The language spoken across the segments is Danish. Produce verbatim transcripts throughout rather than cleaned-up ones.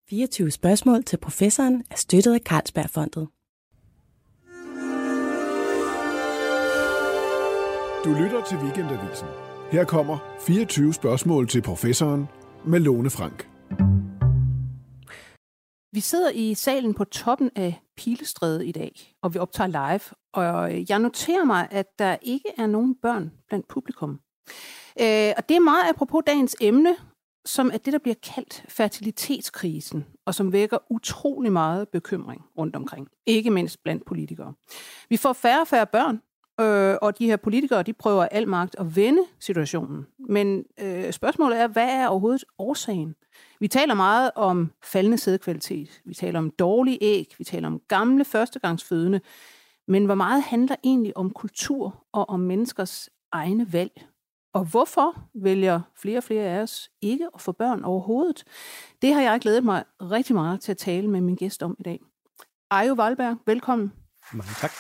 fireogtyve spørgsmål til professoren er støttet af Carlsbergfondet. Du lytter til Weekendavisen. Her kommer fireogtyve spørgsmål til professoren med Lone Frank. Vi sidder i salen på toppen af Pilestræde i dag, og vi optager live. Og jeg noterer mig, at der ikke er nogen børn blandt publikum. Øh, og det er meget apropos dagens emne, som er det, der bliver kaldt fertilitetskrisen, og som vækker utrolig meget bekymring rundt omkring. Ikke mindst blandt politikere. Vi får færre og færre børn, øh, og de her politikere, de prøver al magt at vende situationen. Men øh, spørgsmålet er, hvad er overhovedet årsagen? Vi taler meget om faldende sædkvalitet, vi taler om dårlige æg, vi taler om gamle førstegangsfødende, men hvor meget handler egentlig om kultur og om menneskers egne valg? Og hvorfor vælger flere og flere af os ikke at få børn overhovedet? Det har jeg glædet mig rigtig meget til at tale med min gæst om i dag. Ayo Wallberg, velkommen. Mange tak.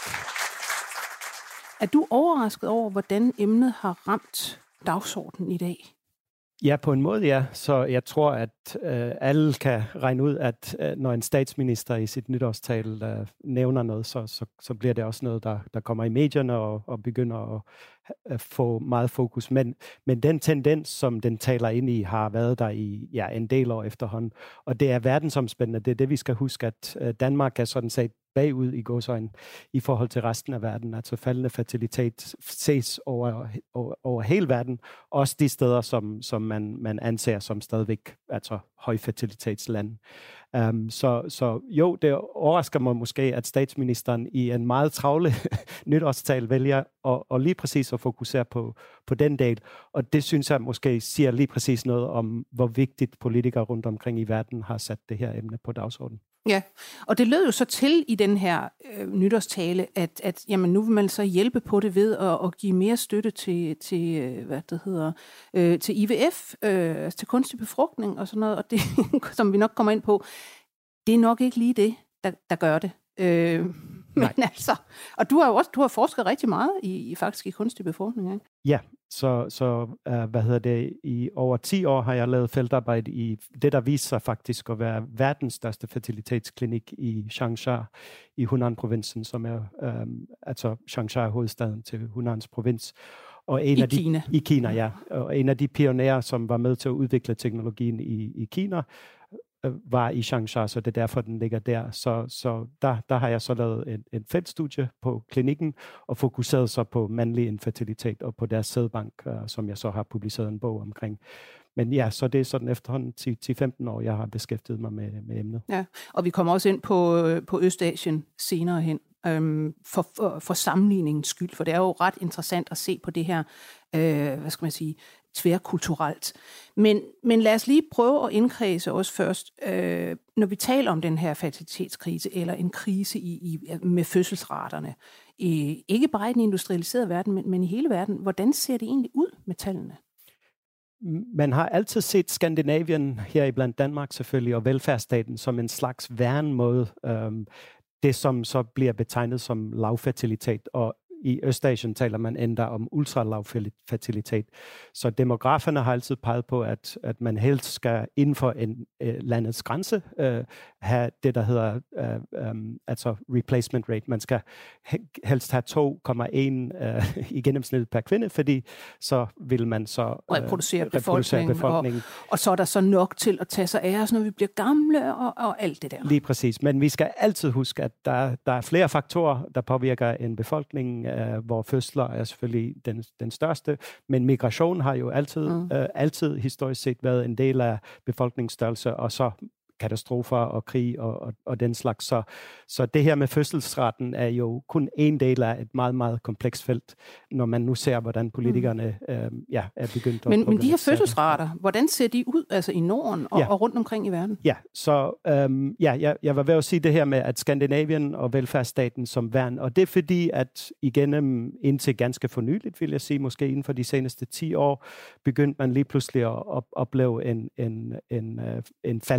Er du overrasket over, hvordan emnet har ramt dagsordenen i dag? Ja, på en måde ja. Så jeg tror, at øh, alle kan regne ud, at øh, når en statsminister i sit nytårstale øh, nævner noget, så, så, så bliver det også noget, der, der kommer i medierne og, og begynder at, at få meget fokus. Men, men den tendens, som den taler ind i, har været der i ja, en del år efterhånden. Og det er verdensomspændende. Det er det, vi skal huske, at øh, Danmark er sådan set bagud i gåseøjne i forhold til resten af verden. Altså faldende fertilitet ses over, over, over hele verden. Også de steder, som, som man, man anser som stadigvæk altså højfertilitetsland. Um, så, så jo, det overrasker mig måske, at statsministeren i en meget travle nytårstal vælger at, og lige præcis at fokusere på, på den del. Og det synes jeg måske siger lige præcis noget om, hvor vigtigt politikere rundt omkring i verden har sat det her emne på dagsordenen. Ja, og det lød jo så til i den her øh, nytårstale, at, at jamen, nu vil man så hjælpe på det ved at, at give mere støtte til, til øh, hvad det hedder, øh, til I V F, øh, til kunstig befrugtning og sådan noget, og det, som vi nok kommer ind på, det er nok ikke lige det, der, der gør det. Øh, men altså, og du har jo også du har forsket rigtig meget i, i faktisk i kunstig befrugtning, ikke? Ja, så, så uh, hvad hedder det, i over ti år har jeg lavet feltarbejde i det, der viser sig faktisk at være verdens største fertilitetsklinik i Changsha i Hunan-provinsen, som er um, altså Changsha er hovedstaden til Hunans provins. Og en I af de, Kina. I Kina, ja. Og en af de pionerer, som var med til at udvikle teknologien i, i Kina, var i Changsha, så det er derfor, den ligger der. Så, så der, der har jeg så lavet en, en feltstudie på klinikken, og fokuseret så på mandlig infertilitet og på deres sædbank, uh, som jeg så har publiceret en bog omkring. Men ja, så det er sådan efterhånden ti til femten år, jeg har beskæftiget mig med, med emnet. Ja, og vi kommer også ind på, på Østasien senere hen. Øhm, for, for, for sammenligningens skyld, for det er jo ret interessant at se på det her, øh, hvad skal man sige, tværkulturelt. Men, men lad os lige prøve at indkredse os først, øh, når vi taler om den her fertilitetskrise, eller en krise i, i, med fødselsraterne, i, ikke bare i den industrialiserede verden, men, men i hele verden. Hvordan ser det egentlig ud med tallene? Man har altid set Skandinavien, her i blandt Danmark selvfølgelig, og velfærdsstaten som en slags værnmåde, øhm, det som så bliver betegnet som lavfertilitet, og i Østasien taler man endda om ultralav fertilitet. Så demograferne har altid peget på, at, at man helst skal inden for en uh, landets grænse uh, have det, der hedder uh, um, altså replacement rate. Man skal helst have to komma en uh, i gennemsnit per kvinde, fordi så vil man så uh, reproducere befolkningen. befolkningen. Og, og så er der så nok til at tage sig af os, når vi bliver gamle og, og alt det der. Lige præcis. Men vi skal altid huske, at der, der er flere faktorer, der påvirker en befolkning, Uh, hvor fødsler er selvfølgelig den, den største, men migration har jo altid, mm. uh, altid historisk set været en del af befolkningsstørrelse, og så katastrofer og krig og, og, og den slags. Så, så det her med fødselsraten er jo kun en del af et meget, meget komplekst felt, når man nu ser, hvordan politikerne mm. øh, ja, er begyndt at... Men, men de her fødselsrater, hvordan ser de ud altså i Norden og, ja. og rundt omkring i verden? Ja, så øhm, ja, jeg, jeg var ved at sige det her med, at Skandinavien og velfærdsstaten som værn, og det er fordi, at igennem indtil ganske fornyligt, vil jeg sige, måske inden for de seneste ti år, begyndte man lige pludselig at op- opleve en, en, en, en faldende fertilitet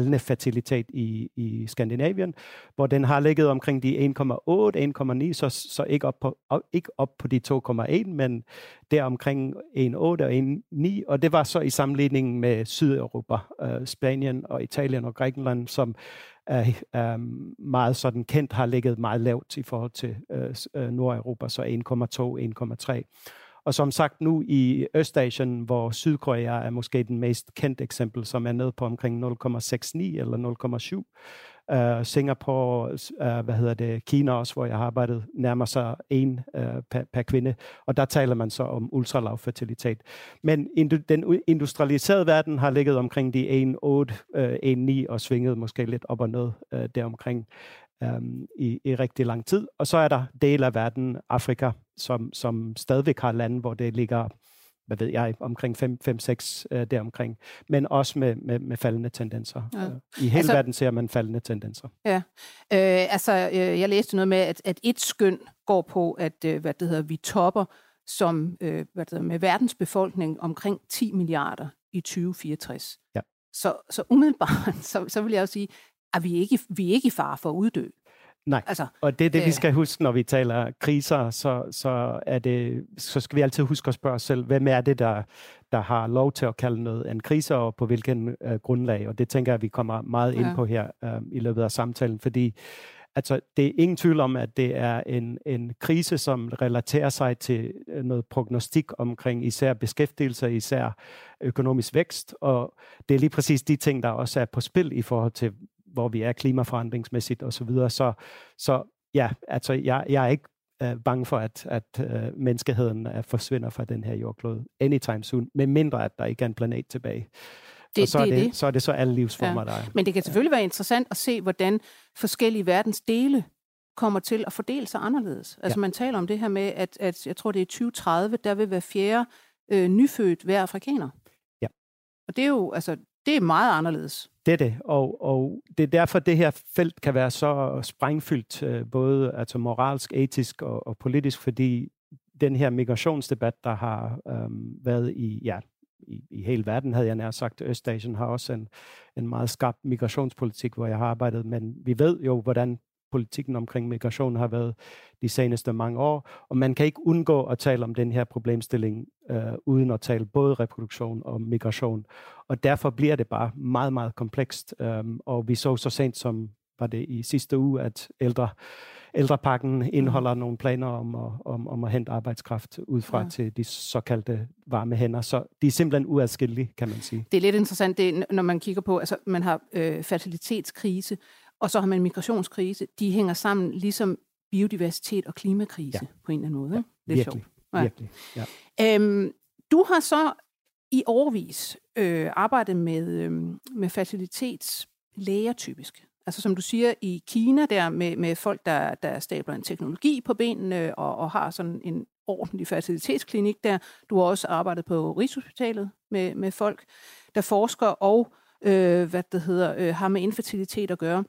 fertilitet i, i Skandinavien, hvor den har ligget omkring de en komma otte, en komma ni, så, så ikke, op på, ikke op på de to komma en, men der omkring en komma otte og en komma ni, og det var så i sammenligning med Sydeuropa, øh, Spanien og Italien og Grækenland, som er øh, meget sådan kendt, har ligget meget lavt i forhold til øh, Nordeuropa, så en komma to, en komma tre. Og som sagt nu i Østasien, hvor Sydkorea er måske den mest kendte eksempel, som er nede på omkring nul komma seks ni eller nul komma syv. Uh, Singapore, uh, hvad hedder det, Kina også, hvor jeg har arbejdet, nærmer sig en uh, per, per kvinde. Og der taler man så om ultralav fertilitet. Men indu- den industrialiserede verden har ligget omkring de en komma otte, uh, en komma ni og svinget måske lidt op og ned uh, deromkring. Um, i, i rigtig lang tid. Og så er der dele af verden, Afrika, som, som stadigvæk har lande, hvor det ligger, hvad ved jeg, omkring fem seks uh, deromkring. Men også med, med, med faldende tendenser. Ja. Uh, I hele altså, verden ser man faldende tendenser. Ja, øh, altså øh, jeg læste noget med, at, at et skøn går på, at øh, hvad det hedder, vi topper som øh, hvad det hedder, med verdens befolkning omkring ti milliarder i tyve fireogtres. Ja. Så, så umiddelbart, så, så vil jeg jo sige, at vi ikke, vi er ikke i fare for at uddø. Nej, altså, og det er det, øh, vi skal huske, når vi taler kriser, så, så, er det, så skal vi altid huske at spørge os selv, hvem er det, der, der har lov til at kalde noget en krise, og på hvilken øh, grundlag, og det tænker jeg, at vi kommer meget ind ja. på her øh, i løbet af samtalen, fordi altså, det er ingen tvivl om, at det er en, en krise, som relaterer sig til noget prognostik omkring især beskæftigelse, især økonomisk vækst, og det er lige præcis de ting, der også er på spil i forhold til hvor vi er klimaforandringsmæssigt og så videre. Så, så ja, altså jeg, jeg er ikke øh, bange for, at, at øh, menneskeheden er forsvinder fra den her jordklode anytime soon, med mindre at der ikke er en planet tilbage. Det, og så, det er det, det. så er det så alle livsformer, ja. der er. Men det kan selvfølgelig være interessant at se, hvordan forskellige verdens dele kommer til at fordele sig anderledes. Altså ja. man taler om det her med, at, at jeg tror det er tyve tredive, der vil være fjerde øh, nyfødt hver afrikaner. Ja. Og det er jo, altså, det er meget anderledes. Det er det, og, og det er derfor, det her felt kan være så sprængfyldt, både altså moralsk, etisk og, og politisk, fordi den her migrationsdebat, der har øhm, været i, ja, i, i hele verden, havde jeg nær sagt, Østasien har også en, en meget skarp migrationspolitik, hvor jeg har arbejdet, men vi ved jo, hvordan politikken omkring migration har været de seneste mange år, og man kan ikke undgå at tale om den her problemstilling, øh, uden at tale både reproduktion og migration. Og derfor bliver det bare meget, meget komplekst. Um, og vi så så sent som, var det i sidste uge, at ældre, ældrepakken indeholder nogle planer om at, om, om at hente arbejdskraft ud fra ja. til de såkaldte varme hænder. Så de er simpelthen uadskillelige, kan man sige. Det er lidt interessant, det, når man kigger på, altså man har øh, fertilitetskrise, og så har man migrationskrise. De hænger sammen ligesom biodiversitet og klimakrise ja. på en eller anden måde. Ja, lidt virkelig, sjovt. Ja. virkelig. Ja. Øhm, du har så i årevis øh, arbejdet med, øh, med fertilitetslæger typisk. Altså som du siger, i Kina der med, med folk, der, der stabler en teknologi på benene og, og har sådan en ordentlig fertilitetsklinik der. Du har også arbejdet på Rigshospitalet med, med folk, der forsker og øh, hvad det hedder, øh, har med infertilitet at gøre.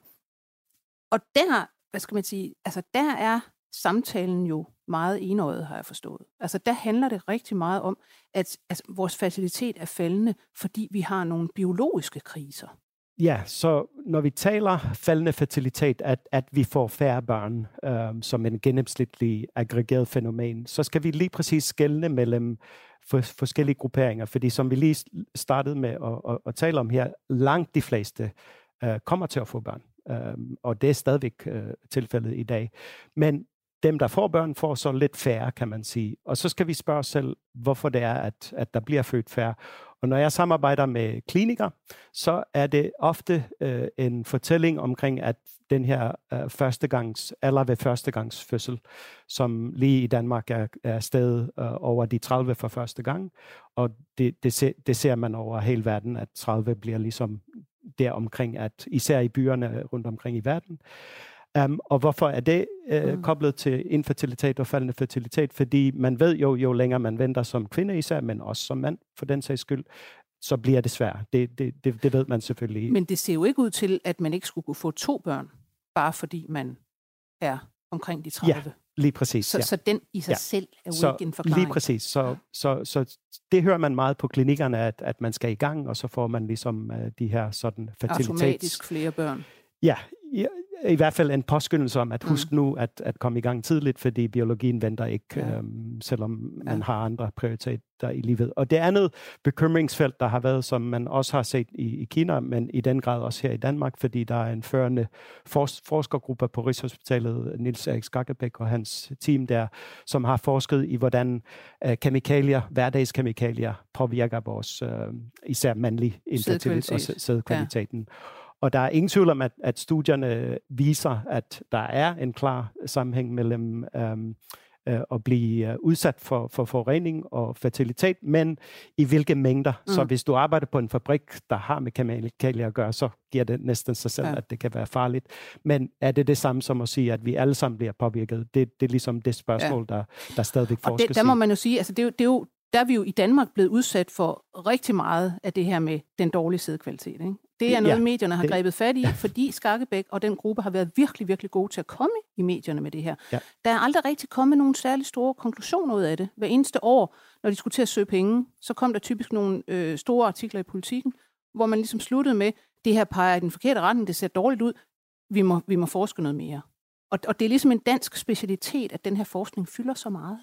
Og der, hvad skal man sige, altså der er samtalen jo meget enøjet, har jeg forstået. Altså der handler det rigtig meget om, at altså, vores fertilitet er faldende, fordi vi har nogle biologiske kriser. Ja, så når vi taler faldende fertilitet, at, at vi får færre børn øh, som en gennemsnitlig aggregeret fænomen, så skal vi lige præcis skelne mellem for, forskellige grupperinger, fordi som vi lige startede med at, at, at tale om her, langt de fleste øh, kommer til at få børn. Um, og det er stadigvæk uh, tilfældet i dag. Men dem, der får børn, får så lidt færre, kan man sige. Og så skal vi spørge os selv, hvorfor det er, at, at der bliver født færre. Og når jeg samarbejder med klinikere, så er det ofte uh, en fortælling omkring, at den her uh, førstegangs, eller ved førstegangsfødsel, som lige i Danmark er, er steget uh, over de tredive for første gang. Og det, det, se, det ser man over hele verden, at tredive bliver ligesom der omkring, at især i byerne rundt omkring i verden. Um, og hvorfor er det uh, mm. koblet til infertilitet og faldende fertilitet? Fordi man ved jo, jo længere man venter som kvinde især, men også som mand for den sags skyld, så bliver det svært. Det, det, det, det ved man selvfølgelig. Men det ser jo ikke ud til, at man ikke skulle kunne få to børn, bare fordi man er omkring de tredive. Ja, Lige præcis, så, ja. så den i sig ja. selv er jo så, ikke en forklaring. Lige præcis. Så, så, så det hører man meget på klinikkerne, at, at man skal i gang, og så får man ligesom uh, de her sådan fertilitets... Automatisk flere børn. Ja, i, i hvert fald en påskyndelse om, at husk mm. nu at, at komme i gang tidligt, fordi biologien venter ikke, ja. øhm, selvom man ja. har andre prioriteter i livet. Og det andet bekymringsfelt, der har været, som man også har set i, i Kina, men i den grad også her i Danmark, fordi der er en førende fors- forskergruppe på Rigshospitalet, Niels Erik Skakkebæk og hans team der, som har forsket i, hvordan øh, kemikalier, hverdagskemikalier, påvirker vores øh, især mandlig infertilitet og sædkvaliteten. Ja. Og der er ingen tvivl om, at, at studierne viser, at der er en klar sammenhæng mellem øhm, øh, at blive øh, udsat for, for forurening og fertilitet, men i hvilke mængder. Mm. Så hvis du arbejder på en fabrik, der har med kemikalier at gøre, så giver det næsten sig selv, ja. at det kan være farligt. Men er det det samme som at sige, at vi alle sammen bliver påvirket? Det, det er ligesom det spørgsmål, ja. der, der stadigvæk forskes i. Og det, der må man jo sige, altså det, er jo, det er jo, der er vi jo i Danmark blevet udsat for rigtig meget af det her med den dårlige sædkvalitet, ikke? Det er noget, ja, medierne har det, grebet fat i, fordi Skakkebæk og den gruppe har været virkelig, virkelig gode til at komme i medierne med det her. Ja. Der er aldrig rigtig kommet nogen særlig store konklusioner ud af det. Hver eneste år, når de skulle til at søge penge, så kom der typisk nogle øh, store artikler i Politikken, hvor man ligesom sluttede med, det her peger i den forkerte retning, det ser dårligt ud, vi må, vi må forske noget mere. Og, og det er ligesom en dansk specialitet, at den her forskning fylder så meget.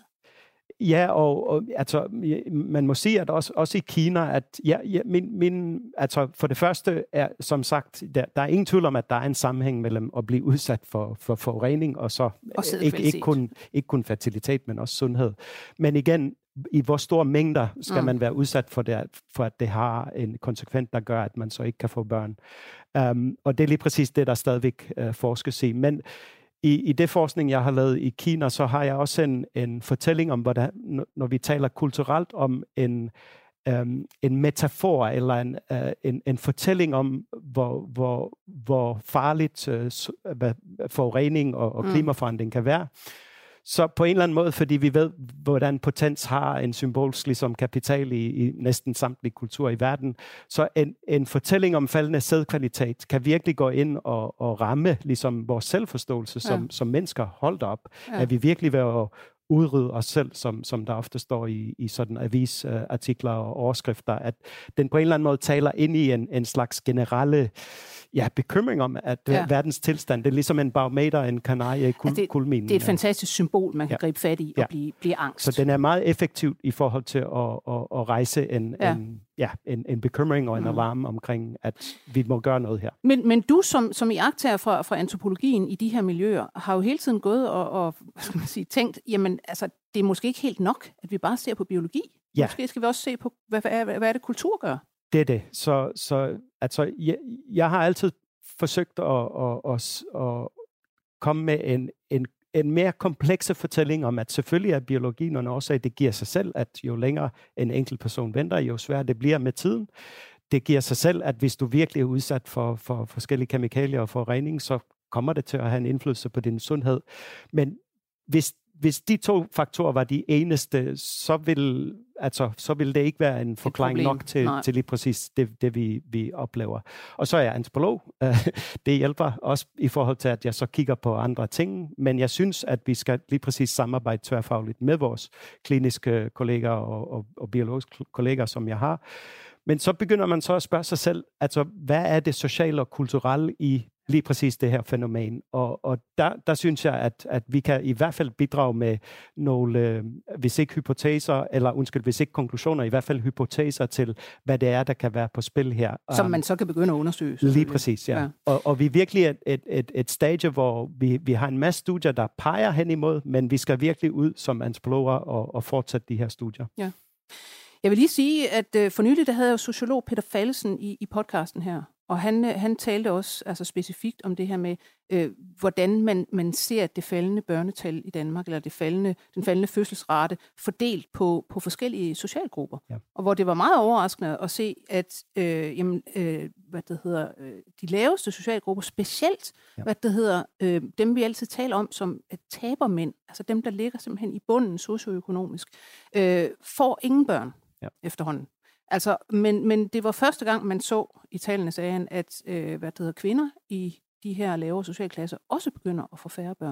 Ja, og, og altså, man må sige, at også, også i Kina, at ja, ja, min, min, altså for det første er, som sagt, der, der er ingen tvivl om, at der er en sammenhæng mellem at blive udsat for, for forurening, og så og ikke, ikke, kun, ikke kun fertilitet, men også sundhed. Men igen, i hvor store mængder skal mm. man være udsat for det, for at det har en konsekvens, der gør, at man så ikke kan få børn. Um, og det er lige præcis det, der stadigvæk uh, forskes i. Men I, I det forskning, jeg har lavet i Kina, så har jeg også en, en fortælling om, hvordan, når vi taler kulturelt om en, um, en metafor eller en, uh, en, en fortælling om, hvor, hvor, hvor farligt uh, forurening og, og klimaforandring kan være. Så på en eller anden måde, fordi vi ved, hvordan potens har en symbolsk ligesom, kapital i, i næsten samtlige kulturer i verden, så en, en fortælling om faldende sædkvalitet kan virkelig gå ind og, og ramme ligesom, vores selvforståelse som, ja. som mennesker. Holdt op, ja. at vi virkelig vil udrydde os selv, som, som der ofte står i, i sådan avisartikler og overskrifter, at den på en eller anden måde taler ind i en, en slags generelle ja, bekymring om, at ja. verdens tilstand, det er ligesom en barometer, en kanarie, kul, altså det, kulminen. Det er et fantastisk symbol, man kan ja. gribe fat i og ja. blive, blive angst. Så den er meget effektiv i forhold til at, at, at rejse en, ja. En, ja, en, en bekymring og en mm. alarm omkring, at vi må gøre noget her. Men, men du som, som iagttager fra, fra antropologien i de her miljøer, har jo hele tiden gået og, og hvad skal man sige, tænkt, jamen altså, det er måske ikke helt nok, at vi bare ser på biologi. Ja. Måske skal vi også se på, hvad, hvad, hvad er det kultur gør? Det er det. Så, så altså, jeg, jeg har altid forsøgt at, at, at, at komme med en, en, en mere komplekse fortælling om, at selvfølgelig er biologien en årsag. Det giver sig selv, at jo længere en enkelt person venter, jo sværere det bliver med tiden. Det giver sig selv, at hvis du virkelig er udsat for, for forskellige kemikalier og forurening, så kommer det til at have en indflydelse på din sundhed. Men hvis Hvis de to faktorer var de eneste, så vil, altså, så vil det ikke være en forklaring nok til, til lige præcis det, det vi, vi oplever. Og så er jeg antropolog. Det hjælper også i forhold til, at jeg så kigger på andre ting. Men jeg synes, at vi skal lige præcis samarbejde tværfagligt med vores kliniske kolleger og, og, og biologiske kolleger, som jeg har. Men så begynder man så at spørge sig selv, altså, hvad er det sociale og kulturelle i lige præcis det her fænomen. Og, og der, der synes jeg, at, at vi kan i hvert fald bidrage med nogle, øh, hvis ikke hypoteser, eller undskyld, hvis ikke konklusioner, i hvert fald hypoteser til, hvad det er, der kan være på spil her. Som man så kan begynde at undersøge. Lige præcis, ja. ja. Og, og vi er virkelig et, et, et, et stadie, hvor vi, vi har en masse studier, der peger hen imod, men vi skal virkelig ud som antropologer og, og fortsætte de her studier. Ja. Jeg vil lige sige, at øh, for nylig, der havde jeg sociolog Peter Fallesen i, i podcasten her, og han, han talte også altså specifikt om det her med, øh, hvordan man, man ser det faldende børnetal i Danmark, eller det faldende, den faldende fødselsrate, fordelt på, på forskellige socialgrupper. Ja. Og hvor det var meget overraskende at se, at øh, jamen, øh, hvad det hedder, øh, de laveste socialgrupper, specielt ja. hvad det hedder, øh, dem vi altid taler om som tabermænd, altså dem, der ligger simpelthen i bunden socioøkonomisk, øh, får ingen børn ja. efterhånden. Altså, men, men det var første gang, man så i tallene sagen, at øh, hvad det hedder, kvinder i de her lavere socialklasser også begynder at få færre børn.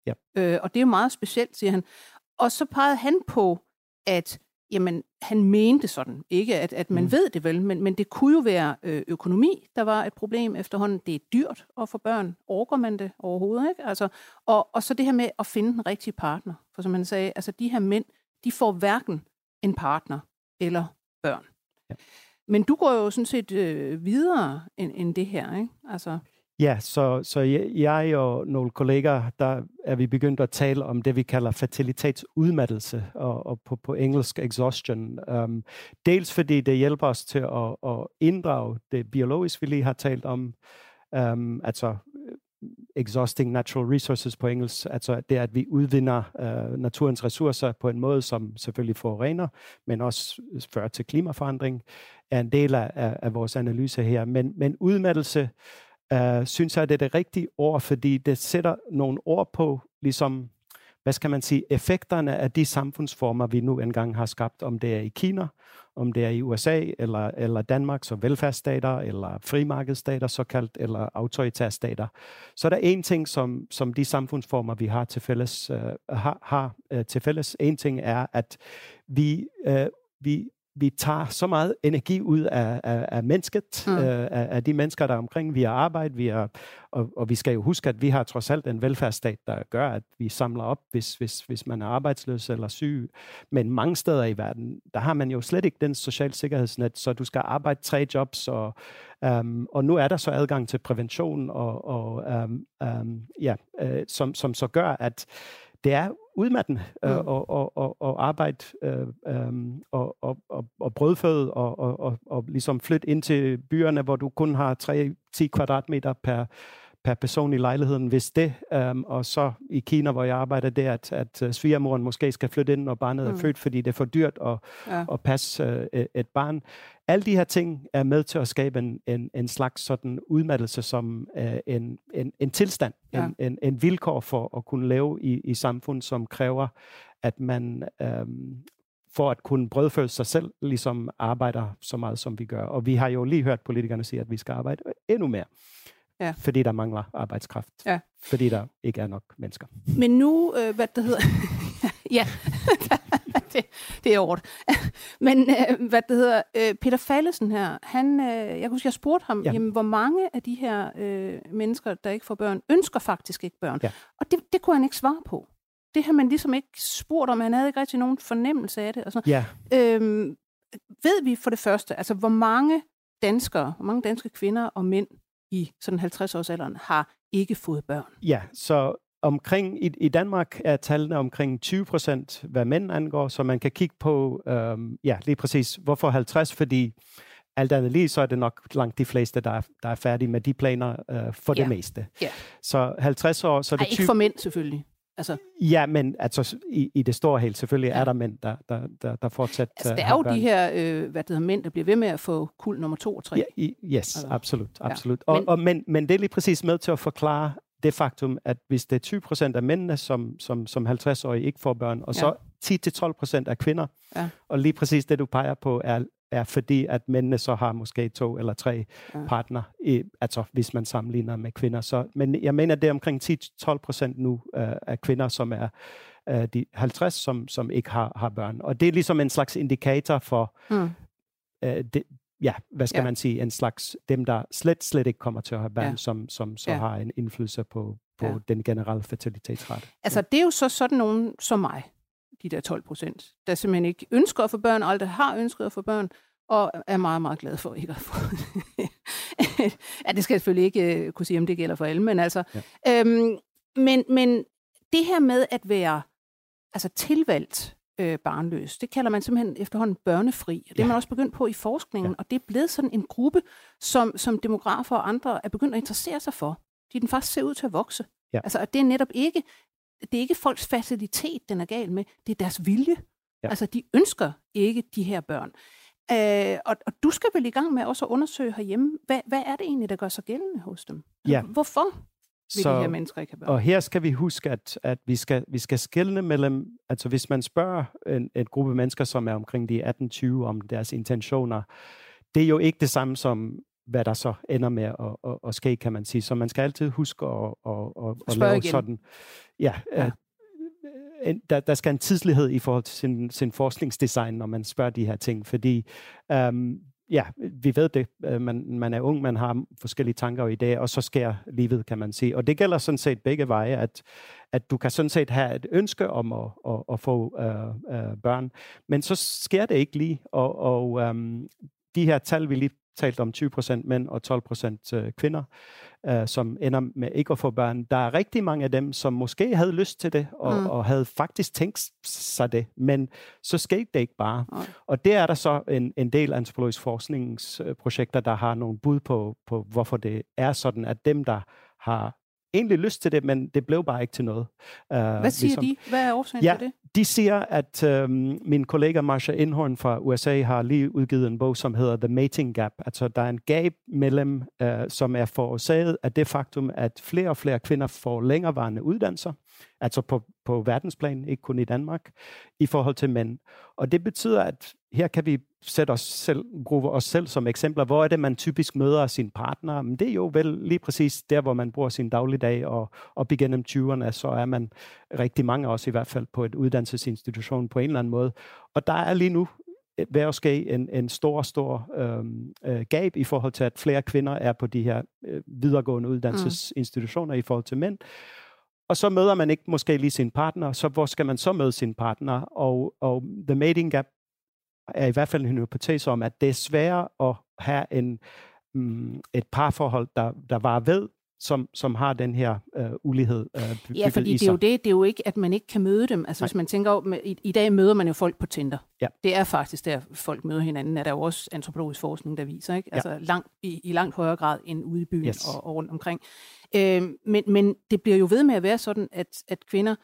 Ja. Øh, og det er jo meget specielt, siger han. Og så pegede han på, at jamen, han mente sådan, ikke at, at man mm. ved det vel, men, men det kunne jo være øh, økonomi, der var et problem efterhånden. Det er dyrt at få børn. Orker man det overhovedet, ikke? Altså, og, og så det her med at finde den rigtige partner. For som han sagde, altså de her mænd, de får hverken en partner eller børn. Ja. Men du går jo sådan set øh, videre end, end det her, ikke? Altså... Ja, så, så jeg og nogle kolleger, der er vi begyndt at tale om det, vi kalder fertilitetsudmattelse, og, og på, på engelsk exhaustion. Um, dels fordi det hjælper os til at, at inddrage det biologisk, vi lige har talt om, um, altså exhausting natural resources på engelsk, altså det, at vi udvinder uh, naturens ressourcer på en måde, som selvfølgelig forurener, men også fører til klimaforandring, er en del af, af, af vores analyse her. Men, men udmattelse Uh, synes jeg, det er det rigtige ord, fordi det sætter nogle ord på, ligesom, hvad skal man sige, effekterne af de samfundsformer, vi nu engang har skabt, om det er i Kina, om det er i U S A, eller, eller Danmark, så velfærdsstater, eller frimarkedsstater, såkaldt, eller autoritære stater. Så der er en ting, som, som de samfundsformer, vi har til fælles, uh, har, har uh, til fælles. En ting er, at vi, uh, vi Vi tager så meget energi ud af, af, af mennesket, mm. øh, af, af de mennesker, der er omkring. Vi har arbejde, vi har, og, og vi skal jo huske, at vi har trods alt en velfærdsstat, der gør, at vi samler op, hvis, hvis, hvis man er arbejdsløs eller syg. Men mange steder i verden, der har man jo slet ikke den social sikkerhedsnet, så du skal arbejde tre jobs, og, um, og nu er der så adgang til prævention, og, og um, um, ja, uh, som, som så gør, at det er udmattende øh, mm. og, og, og, og arbejde øh, øh, og, og, og, og brødføde og, og, og, og ligesom flytte ind til byerne, hvor du kun har tre til ti kvadratmeter per, per person i lejligheden, hvis det. Um, og så i Kina, hvor jeg arbejder, det er, at, at svigermoren måske skal flytte ind, når barnet mm. er født, fordi det er for dyrt at, ja. at passe uh, et barn. Alle de her ting er med til at skabe en, en, en slags sådan udmattelse som uh, en, en, en tilstand, ja. en, en, en vilkår for at kunne leve i, i samfund, som kræver, at man um, for at kunne brødføde sig selv, ligesom arbejder så meget, som vi gør. Og vi har jo lige hørt politikerne sige, at vi skal arbejde endnu mere. Ja. Fordi der mangler arbejdskraft. Ja. Fordi der ikke er nok mennesker. Men nu, øh, hvad det hedder... ja, det, det er hårdt. Men øh, hvad det hedder... Øh, Peter Fallesen her, han, øh, jeg kan huske, jeg spurgte ham, ja. jamen, hvor mange af de her øh, mennesker, der ikke får børn, ønsker faktisk ikke børn. Ja. Og det, det kunne han ikke svare på. Det har man ligesom ikke spurgt om. Han havde ikke rigtig nogen fornemmelse af det. Og sådan. Ja. Øhm, ved vi for det første, altså hvor mange danskere, hvor mange danske kvinder og mænd i sådan halvtreds-årsalderen har ikke fået børn? Ja, så omkring, i, i Danmark er tallene omkring tyve procent, hvad mænd angår, så man kan kigge på, øhm, ja, lige præcis, hvorfor halvtreds, fordi alt andet lige, så er det nok langt de fleste, der er, der er færdige med de planer øh, for ja. det meste. Ja. Så halvtreds år, så er det Ej, ikke for mænd selvfølgelig. Altså. Ja, men altså, i, i det store helt, selvfølgelig ja. er der mænd, der, der, der, der fortsat altså, der er jo børn. De her, øh, hvad det hedder, mænd, der bliver ved med at få kuld nummer to og tre. Ja, i, yes, altså. absolut. absolut. Ja. Og, men, og, men, men det er lige præcis med til at forklare det faktum, at hvis det er tyve procent af mændene, som, som, som halvtreds-årige ikke får børn, og så ja. ti til tolv procent af kvinder, ja. og lige præcis det, du peger på, er er fordi, at mændene så har måske to eller tre ja. partner, i, altså hvis man sammenligner med kvinder. Så, men jeg mener, det er omkring ti til tolv procent nu uh, af kvinder, som er uh, de halvtreds, som, som ikke har, har børn. Og det er ligesom en slags indikator for, mm. uh, det, ja, hvad skal ja. man sige, en slags dem, der slet, slet ikke kommer til at have børn, ja. som, som så ja. har en indflydelse på, på ja. den generelle fertilitetsrate. Altså, det er jo så sådan nogen som mig, de der tolv procent, der simpelthen ikke ønsker at få børn, og aldrig har ønsket at få børn, og er meget, meget glad for ikke at få. ja, det skal jeg selvfølgelig ikke uh, kunne sige, om det gælder for alle, men altså... Ja. Øhm, men, men det her med at være altså tilvalgt øh, barnløs, det kalder man simpelthen efterhånden børnefri. Og det er man også begyndt på i forskningen, ja. og det er blevet sådan en gruppe, som, som demografer og andre er begyndt at interessere sig for. De den faktisk ser ud til at vokse. Ja. Altså, at det er netop ikke... Det er ikke folks facilitet, den er gal med. Det er deres vilje. Ja. Altså, de ønsker ikke de her børn. Øh, og, og du skal vel i gang med også at undersøge herhjemme, hvad, hvad er det egentlig, der gør sig gældende hos dem? Altså, ja. Hvorfor vil så, de her mennesker ikke have børn? Og her skal vi huske, at, at vi skal, vi skal skelne mellem, altså hvis man spørger en, en gruppe mennesker, som er omkring de atten tyve om deres intentioner, det er jo ikke det samme som hvad der så ender med at, at, at ske, kan man sige. Så man skal altid huske at, at, at, at Spørg lave igen. sådan... Ja, ja. En, der, der skal en tidslighed i forhold til sin, sin forskningsdesign, når man spørger de her ting, fordi øhm, ja, vi ved det. Man, man er ung, man har forskellige tanker og idéer, og så sker livet, kan man sige. Og det gælder sådan set begge veje, at, at du kan sådan set have et ønske om at, at, at få øh, øh, børn, men så sker det ikke lige, og, og øhm, de her tal, vi lige talt om tyve procent mænd og tolv procent kvinder, øh, som ender med ikke at få børn. Der er rigtig mange af dem, som måske havde lyst til det, og, mm. og havde faktisk tænkt sig det, men så skete det ikke bare. Mm. Og det er der så en, en del antropologisk forskningsprojekter, der har nogle bud på, på, hvorfor det er sådan, at dem, der har egentlig lyst til det, men det blev bare ikke til noget. Uh, Hvad siger ligesom. de? Hvad er årsagen ja, til det? De siger, at øhm, min kollega Marsha Inhorn fra U S A har lige udgivet en bog, som hedder The Mating Gap. Altså, der er en gab mellem, øh, som er forårsaget af det faktum, at flere og flere kvinder får længerevarende uddannelser, altså på, på verdensplan, ikke kun i Danmark, i forhold til mænd. Og det betyder, at her kan vi sætte os selv, bruge os selv som eksempler. Hvor er det, man typisk møder sin partner? Men det er jo vel lige præcis der, hvor man bruger sin dagligdag, og op igennem tyverne, så er man rigtig mange også i hvert fald på et uddannelsesinstitution på en eller anden måde. Og der er lige nu ved at ske en, en stor, stor øhm, øh, gab i forhold til, at flere kvinder er på de her øh, videregående uddannelsesinstitutioner mm. i forhold til mænd. Og så møder man ikke måske lige sin partner, så hvor skal man så møde sin partner? Og, og The Mating Gap er i hvert fald en hypotese om, at det er sværere at have en, um, et parforhold, der, der var ved, som, som har den her øh, ulighed øh, bygget Ja, fordi i det er jo sig. det, det er jo ikke, at man ikke kan møde dem. Altså, Nej. Hvis man tænker, i, i dag møder man jo folk på Tinder. Ja. Det er faktisk der, folk møder hinanden, er der jo også antropologisk forskning, der viser, ikke? Altså, ja. langt, i, i langt højere grad end ude i byen yes. og, og rundt omkring. Øh, men, men det bliver jo ved med at være sådan, at, at kvinder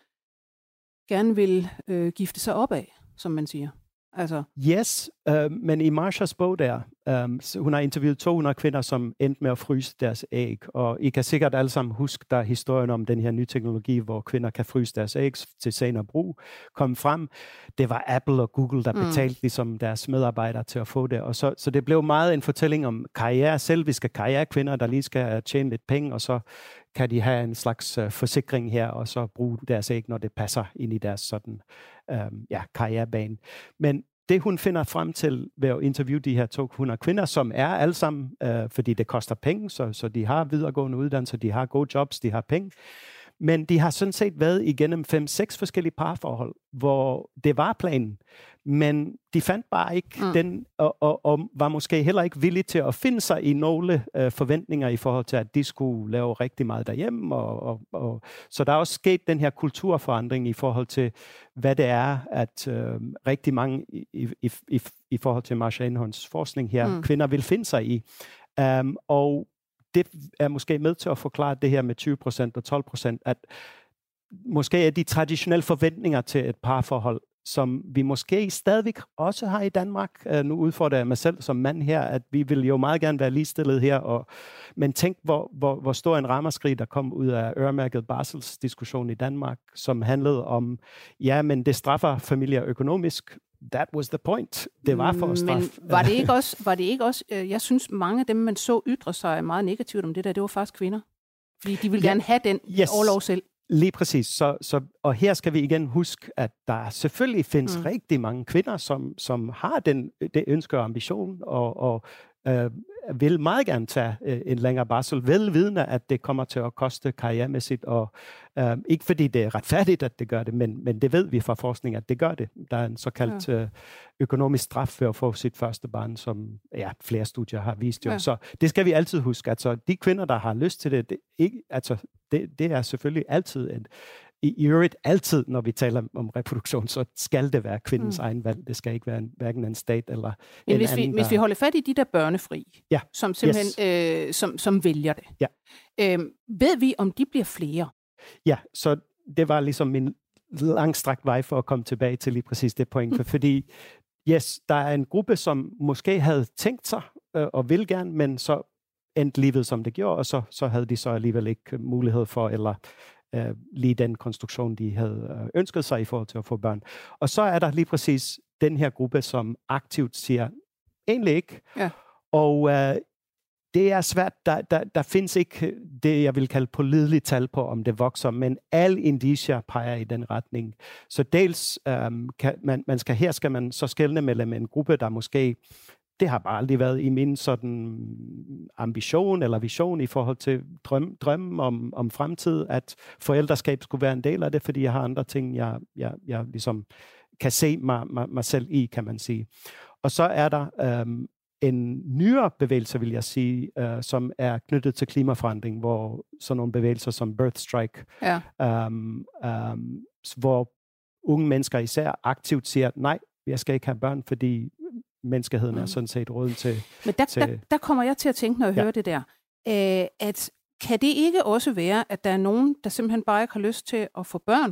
gerne vil øh, gifte sig opad, som man siger. Altså. Yes, øh, men i Marshas bog der, øh, hun har interviewet to hundrede kvinder, som endte med at fryse deres æg, og I kan sikkert alle sammen huske, der historien om den her nye teknologi, hvor kvinder kan fryse deres æg til senere brug, kom frem. Det var Apple og Google, der betalte mm. ligesom deres medarbejdere til at få det, og så, så det blev meget en fortælling om karriere, selviske karrierekvinder, der lige skal tjene lidt penge, og så kan de have en slags uh, forsikring her, og så bruge deres æg, når det passer ind i deres sådan, um, ja, karrierebane. Men det, hun finder frem til ved at interviewe de her to hundrede kvinder, som er alle sammen, uh, fordi det koster penge, så, så de har videregående uddannelser, de har gode jobs, de har penge, men de har sådan set været igennem fem, seks forskellige parforhold, hvor det var planen, men de fandt bare ikke mm. den, og, og, og var måske heller ikke villige til at finde sig i nogle øh, forventninger i forhold til, at de skulle lave rigtig meget derhjemme. Og, og, og, så der er også sket den her kulturforandring i forhold til, hvad det er, at øh, rigtig mange i, i, i, i forhold til Marsha Inhorns forskning her, mm. kvinder vil finde sig i. Um, og det er måske med til at forklare det her med tyve procent og tolv procent, at måske er de traditionelle forventninger til et parforhold, som vi måske stadigvæk også har i Danmark. Uh, nu udfordrer jeg mig selv som mand her, at vi vil jo meget gerne være ligestillet her, og, men tænk, hvor, hvor, hvor stor en ramaskrig, der kom ud af øremærket barselsdiskussion i Danmark, som handlede om, ja, men det straffer familier økonomisk. That was the point. Det var for at straffe. Men var det ikke også, var det ikke også øh, jeg synes, mange af dem, man så ytre sig meget negativt om det der, det var faktisk kvinder. Fordi de ville ja, gerne have den yes. overlov selv. Lige præcis. Så, så, og her skal vi igen huske, at der selvfølgelig findes mm. rigtig mange kvinder, som, som har den, det ønske og ambition, og, og øh, vil meget gerne tage øh, en længere barsel, velvidende, at det kommer til at koste karrieremæssigt, og øh, ikke fordi det er retfærdigt, at det gør det, men, men det ved vi fra forskning, at det gør det. Der er en såkaldt ja. øh, økonomisk straf ved at få sit første barn, som ja, flere studier har vist jo. Ja. Så det skal vi altid huske. Altså, de kvinder, der har lyst til det, det, ikke, altså, det, det er selvfølgelig altid en I, i øvrigt altid, når vi taler om reproduktion, så skal det være kvindens mm. egen valg. Det skal ikke være en, hverken en stat eller Men en hvis anden. Vi, hvis vi holder fat i de der børnefri, ja. som simpelthen yes. øh, som, som vælger det, ja. øh, ved vi, om de bliver flere? Ja, så det var ligesom min langstrakt vej for at komme tilbage til lige præcis det point. Mm. Fordi yes, der er en gruppe, som måske havde tænkt sig øh, og vil gerne, men så endte livet, som det gjorde, og så, så havde de så alligevel ikke mulighed for, eller Uh, lige den konstruktion, de havde uh, ønsket sig i forhold til at få børn. Og så er der lige præcis den her gruppe, som aktivt siger, egentlig ikke. Ja. Og uh, det er svært. Der, der, der findes ikke det, jeg vil kalde pålideligt tal på, om det vokser, men alle indicier peger i den retning. Så dels, øhm, kan man, man skal, her skal man så skelne mellem en gruppe, der måske, det har bare aldrig været i min sådan ambition eller vision i forhold til drøm, drømmen om, om fremtid, at forældreskab skulle være en del af det, fordi jeg har andre ting, jeg, jeg, jeg ligesom kan se mig, mig, mig selv i, kan man sige. Og så er der øhm, en nyere bevægelse, vil jeg sige, øh, som er knyttet til klimaforandring, hvor sådan nogle bevægelser som Birth Strike, ja. øhm, øhm, hvor unge mennesker især aktivt siger, nej, jeg skal ikke have børn, fordi menneskeheden mm. er sådan set råden til... Men der, til... Der, der kommer jeg til at tænke, når jeg ja. hører det der, øh, at kan det ikke også være, at der er nogen, der simpelthen bare ikke har lyst til at få børn,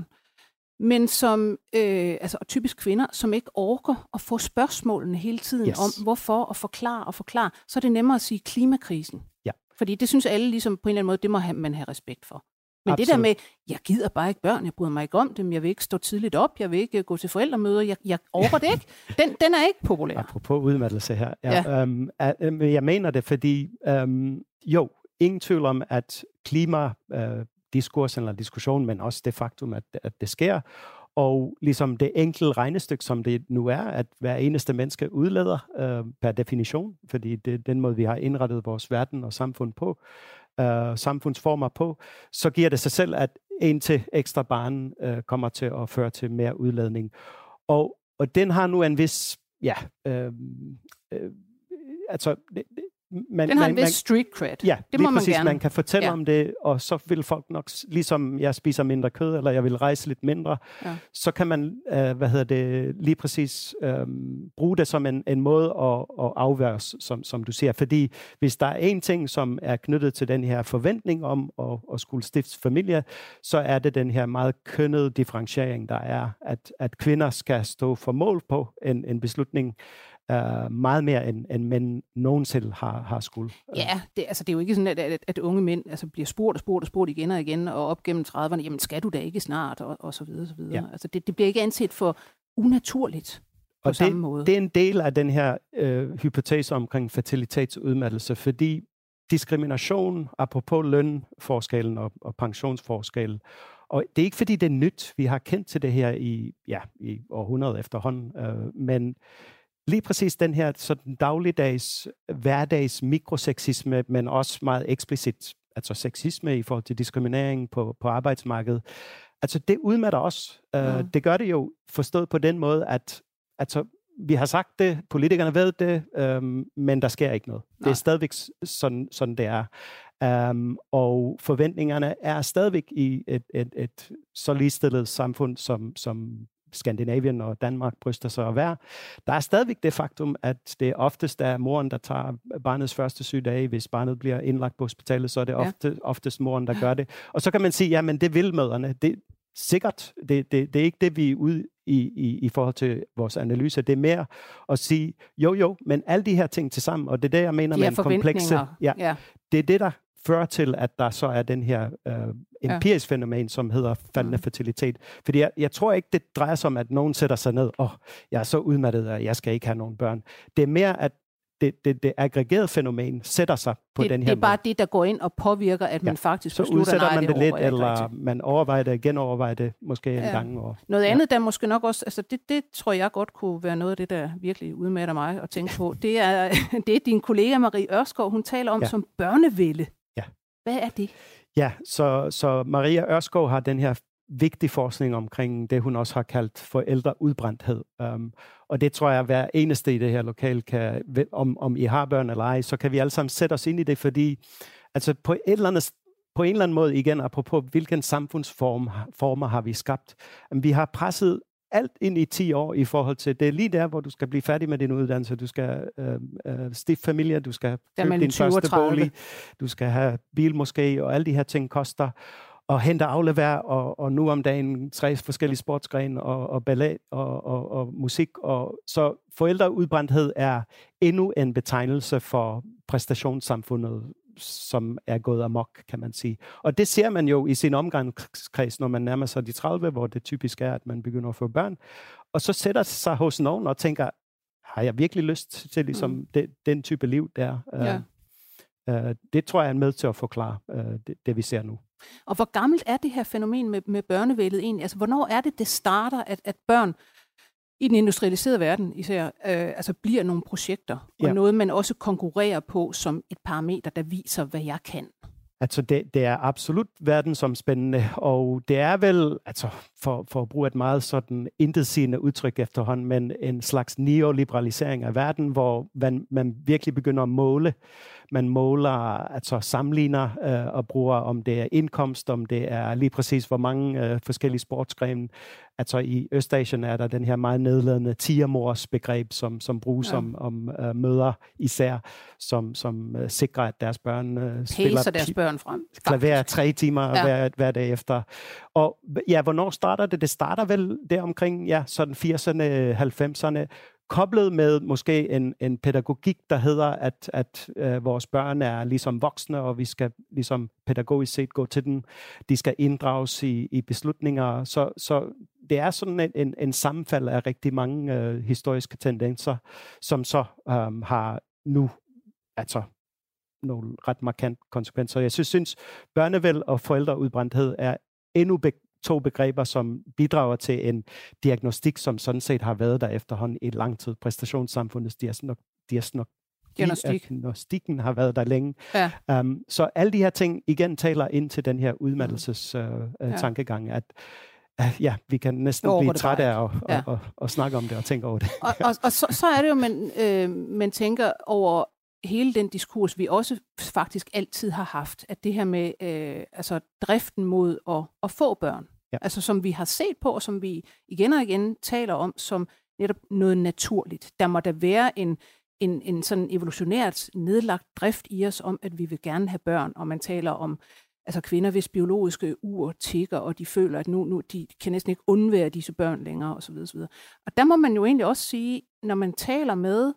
men som, øh, altså typisk kvinder, som ikke orker at få spørgsmålene hele tiden yes. om, hvorfor, og forklare og forklare, så er det nemmere at sige klimakrisen. Ja. Fordi det synes alle ligesom på en eller anden måde, det må man have respekt for. Men Absolut. Det der med, jeg gider bare ikke børn, jeg bryder mig ikke om dem, jeg vil ikke stå tidligt op, jeg vil ikke gå til forældremøder, jeg, jeg orker det ikke. Den, den er ikke populær. Apropos udmattelse her. Ja, ja. Øhm, øh, jeg mener det, fordi øhm, jo, ingen tvivl om, at klima... Øh, diskurs eller diskussion, men også det faktum, at, at det sker. Og ligesom det enkelte regnestykke, som det nu er, at hver eneste menneske udleder øh, per definition, fordi det er den måde, vi har indrettet vores verden og samfund på, øh, samfundsformer på, så giver det sig selv, at en til ekstra barn øh, kommer til at føre til mere udladning. Og, og den har nu en vis, ja, øh, øh, altså... Det, Man, den har man, en vis street cred. Ja, det må man præcis, gerne. Man kan fortælle ja. om det, og så vil folk nok, ligesom jeg spiser mindre kød, eller jeg vil rejse lidt mindre, ja. så kan man, øh, hvad hedder det, lige præcis øh, bruge det som en, en måde at, at afværge, som, som du siger. Fordi hvis der er en ting, som er knyttet til den her forventning om at, at skulle stifte familie, så er det den her meget kønnede differentiering, der er, at, at kvinder skal stå for mål på en, en beslutning, Uh, meget mere end, end mænd nogensinde har, har skuld. Ja, det, altså, det er jo ikke sådan, at, at, at unge mænd altså, bliver spurgt og spurgt og spurgt igen og igen, og op gennem trediverne, jamen skal du da ikke snart, og, og så videre, så videre. Ja. Altså, det, det bliver ikke anset for unaturligt på og samme det, måde. Det er en del af den her øh, hypotese omkring fertilitetsudmattelse, fordi diskrimination, apropos lønforskellen og, og pensionsforskellen, og det er ikke fordi det er nyt, vi har kendt til det her i, ja, i århundreder efterhånden, øh, men lige præcis den her sådan dagligdags, hverdags mikroseksisme, men også meget eksplicit, altså sexisme i forhold til diskriminering på, på arbejdsmarkedet. Altså det udmatter os. Ja. Uh, det gør det jo forstået på den måde, at altså, vi har sagt det, politikerne ved det, um, men der sker ikke noget. Nej. Det er stadigvæk sådan, sådan det er. Um, og forventningerne er stadigvæk i et, et, et så ligestillet samfund, som, som Skandinavien og Danmark bryster sig at være. Der er stadigvæk det faktum, at det oftest er moren, der tager barnets første sygedage. Hvis barnet bliver indlagt på hospitalet, så er det ofte, ja. oftest moren, der gør det. Og så kan man sige, jamen det vil mødrene. Det er sikkert. Det, det, det er ikke det, vi er ude i, i, i forhold til vores analyse. Det er mere at sige, jo jo, men alle de her ting til sammen, og det er det, jeg mener med en komplekse. Ja, ja. Det er det, der fører til, at der så er den her øh, empirisk ja. fænomen, som hedder faldende mm. fertilitet. Fordi jeg, jeg tror ikke, det drejer sig om, at nogen sætter sig ned, åh, oh, jeg er så udmattet, at jeg skal ikke have nogen børn. Det er mere, at det, det, det aggregerede fænomen sætter sig på det, den her Det er bare måde. det, der går ind og påvirker, at man ja. faktisk beslutter, så udsætter nej, man det, det lidt, eller rigtig. man overvejer det, genovervejer det måske ja. en gang. Og, noget ja. andet, der måske nok også, altså det, det tror jeg godt kunne være noget af det, der virkelig udmatter mig at tænke på, det er, det er din kollega Marie Ørskov, hun taler om ja. som børnevælde. Ja. Hvad er det? Ja, så, så Maria Ørskov har den her vigtige forskning omkring det, hun også har kaldt forældreudbrændthed. Um, og det tror jeg, at hver eneste i det her lokal kan, om, om I har børn eller ej, så kan vi alle sammen sætte os ind i det, fordi altså på, et eller andet, på en eller anden måde, igen apropos, hvilken samfundsformer har vi skabt? Um, vi har presset alt ind i ti år i forhold til, det er lige der, hvor du skal blive færdig med din uddannelse, du skal øh, øh, stifte familie, du skal købe din første bolig, du skal have bil måske, og alle de her ting koster, og hente og aflevere, og, og nu om dagen tre forskellige sportsgrene, og, og ballet, og, og, og musik, og så forældreudbrændthed er endnu en betegnelse for præstationssamfundet, som er gået amok, kan man sige. Og det ser man jo i sin omgangskreds, når man nærmer sig de tredive, hvor det typisk er, at man begynder at få børn. Og så sætter det sig hos nogen og tænker, har jeg virkelig lyst til ligesom mm. det, den type liv der? Ja. Uh, det tror jeg er med til at forklare uh, det, det, vi ser nu. Og hvor gammelt er det her fænomen med, med børnevældet egentlig? Altså, hvornår er det, det starter, at, at børn i den industrialiserede verden især, øh, altså bliver nogle projekter, og ja. noget, man også konkurrerer på som et parameter, der viser, hvad jeg kan? Altså, det, det er absolut verdensomspændende, og det er vel, altså, for, for at bruge et meget sådan intetsigende udtryk efterhånden, men en slags neoliberalisering af verden, hvor man, man virkelig begynder at måle. Man måler, altså sammenligner øh, og bruger, om det er indkomst, om det er lige præcis, hvor mange øh, forskellige sportsgrene. Altså i Østasien er der den her meget nedladende tigermors begreb, som, som bruges ja. om, om øh, mødre især, som, som øh, sikrer, at deres børn øh, spiller deres børn frem. klaver tre timer ja. hver, hver dag efter. Og ja, hvornår starter det? Det starter vel der omkring ja, sådan firserne, halvfemserne, koblet med måske en, en pædagogik, der hedder, at, at øh, vores børn er ligesom voksne, og vi skal ligesom pædagogisk set gå til dem. De skal inddrages i, i beslutninger. Så, så det er sådan en, en, en sammenfald af rigtig mange øh, historiske tendenser, som så øh, har nu altså nogle ret markant konsekvenser. Jeg synes, synes børnevæld og forældreudbrændthed er endnu be- to begreber, som bidrager til en diagnostik, som sådan set har været der efterhånden i lang tid. Præstationssamfundets diagnostik, diagnostik, diagnostikken har været der længe. Ja. Um, så alle de her ting igen taler ind til den her udmattelses uh, ja. tankegang, at uh, ja, vi kan næsten blive trætte af at ja. og, og, og snakke om det og tænke over det. Og, og, og så, så er det jo, man, øh, man tænker over hele den diskurs, vi også faktisk altid har haft, at det her med øh, altså driften mod at, at få børn, ja. altså som vi har set på, og som vi igen og igen taler om, som netop noget naturligt. Der må der være en, en, en sådan evolutionært nedlagt drift i os om, at vi vil gerne have børn, og man taler om altså kvinder, hvis biologiske ur tikker, og de føler, at nu, nu de kan næsten ikke undvære disse børn længere, osv. osv. Og der må man jo egentlig også sige, når man taler med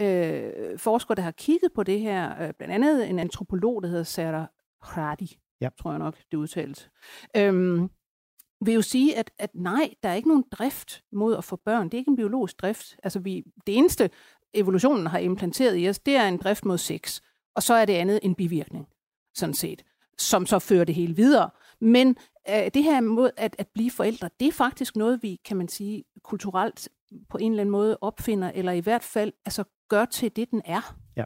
Øh, forskere, der har kigget på det her, øh, blandt andet en antropolog, der hedder Sarah Hradi, ja. tror jeg nok, det udtalt, øhm, vil jo sige, at, at nej, der er ikke nogen drift mod at få børn. Det er ikke en biologisk drift. Altså vi, det eneste, evolutionen har implanteret i os, det er en drift mod sex, og så er det andet en bivirkning, sådan set, som så fører det hele videre. Men øh, det her mod at, at blive forældre, det er faktisk noget, vi, kan man sige, kulturelt på en eller anden måde opfinder, eller i hvert fald altså gør til det, den er. Ja.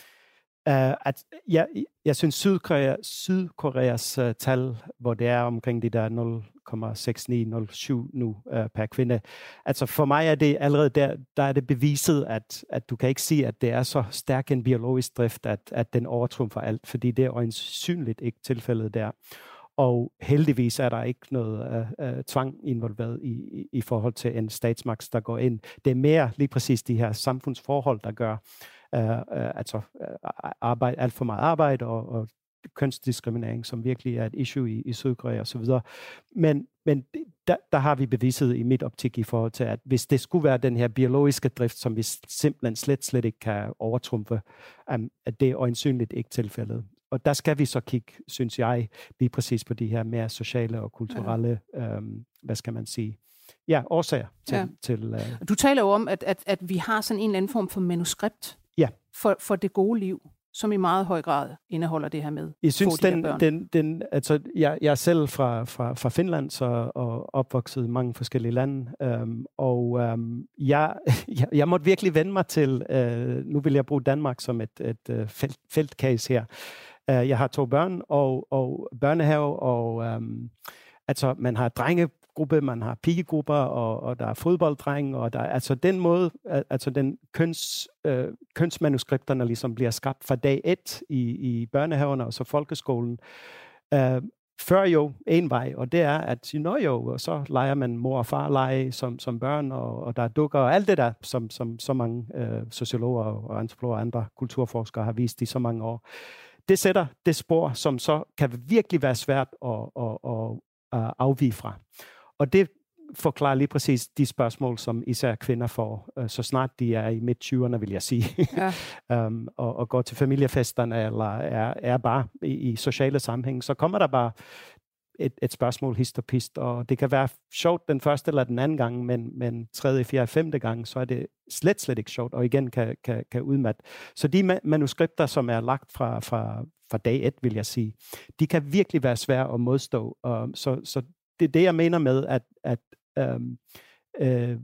Uh, at, ja jeg synes, Sydkorea, Sydkoreas uh, tal, hvor det er omkring de der nul komma seks ni nul syv nu uh, per kvinde, altså for mig er det allerede der, der er det beviset, at, at du kan ikke sige, at det er så stærk en biologisk drift, at, at den overtrumfer alt, fordi det er øjensynligt ikke tilfældet der. Og heldigvis er der ikke noget uh, uh, tvang involveret i, i, i forhold til en statsmagt, der går ind. Det er mere lige præcis de her samfundsforhold, der gør uh, uh, altså uh, arbejde, alt for meget arbejde og, og kønsdiskriminering, som virkelig er et issue i, i Sydkorea og så videre. Men, men der, der har vi beviset i mit optik i forhold til, at hvis det skulle være den her biologiske drift, som vi simpelthen slet, slet ikke kan overtrumfe, um, at det er øjensynligt ikke tilfældet. Og der skal vi så kigge, synes jeg, lige præcis på de her mere sociale og kulturelle, ja. øhm, hvad skal man sige, ja, årsager til... Ja. til øh... Du taler jo om, at, at, at vi har sådan en eller anden form for manuskript ja. for, for det gode liv, som i meget høj grad indeholder det her med. Jeg synes, de den, den, den, altså, jeg, jeg er selv fra, fra, fra Finland så, og opvokset i mange forskellige lande, øhm, og øhm, jeg, jeg, jeg måtte virkelig vende mig til, øh, nu vil jeg bruge Danmark som et, et, et felt, feltcase her. Uh, jeg har to børn og, og børnehave, og um, altså man har drengegruppe, man har pigegrupper, og, og der er fodbolddrenge, og der altså den måde, altså den køns, uh, kønsmanuskripterne ligesom bliver skabt fra dag et i, i børnehaverne og så folkeskolen. Uh, før jo en vej, og det er, at you know jo, og så leger man mor og far lege som, som børn, og, og der er dukker, og alt det der, som, som så mange uh, sociologer og antropologer og andre kulturforskere har vist i så mange år. Det sætter det spor, som så kan virkelig være svært at, at, at, at afvige fra. Og det forklarer lige præcis de spørgsmål, som især kvinder får, så snart de er i midt-tyverne, vil jeg sige, ja. um, og, og går til familiefesterne, eller er, er bare i, i sociale sammenhæng, så kommer der bare et, et spørgsmål hist og pist, og det kan være sjovt den første eller den anden gang, men, men tredje, fjerde, femte gang, så er det slet, slet ikke sjovt, og igen kan, kan, kan udmatte. Så de ma- manuskripter, som er lagt fra, fra, fra dag et, vil jeg sige, de kan virkelig være svære at modstå. Og så, så det er det, jeg mener med, at, at øhm, øh,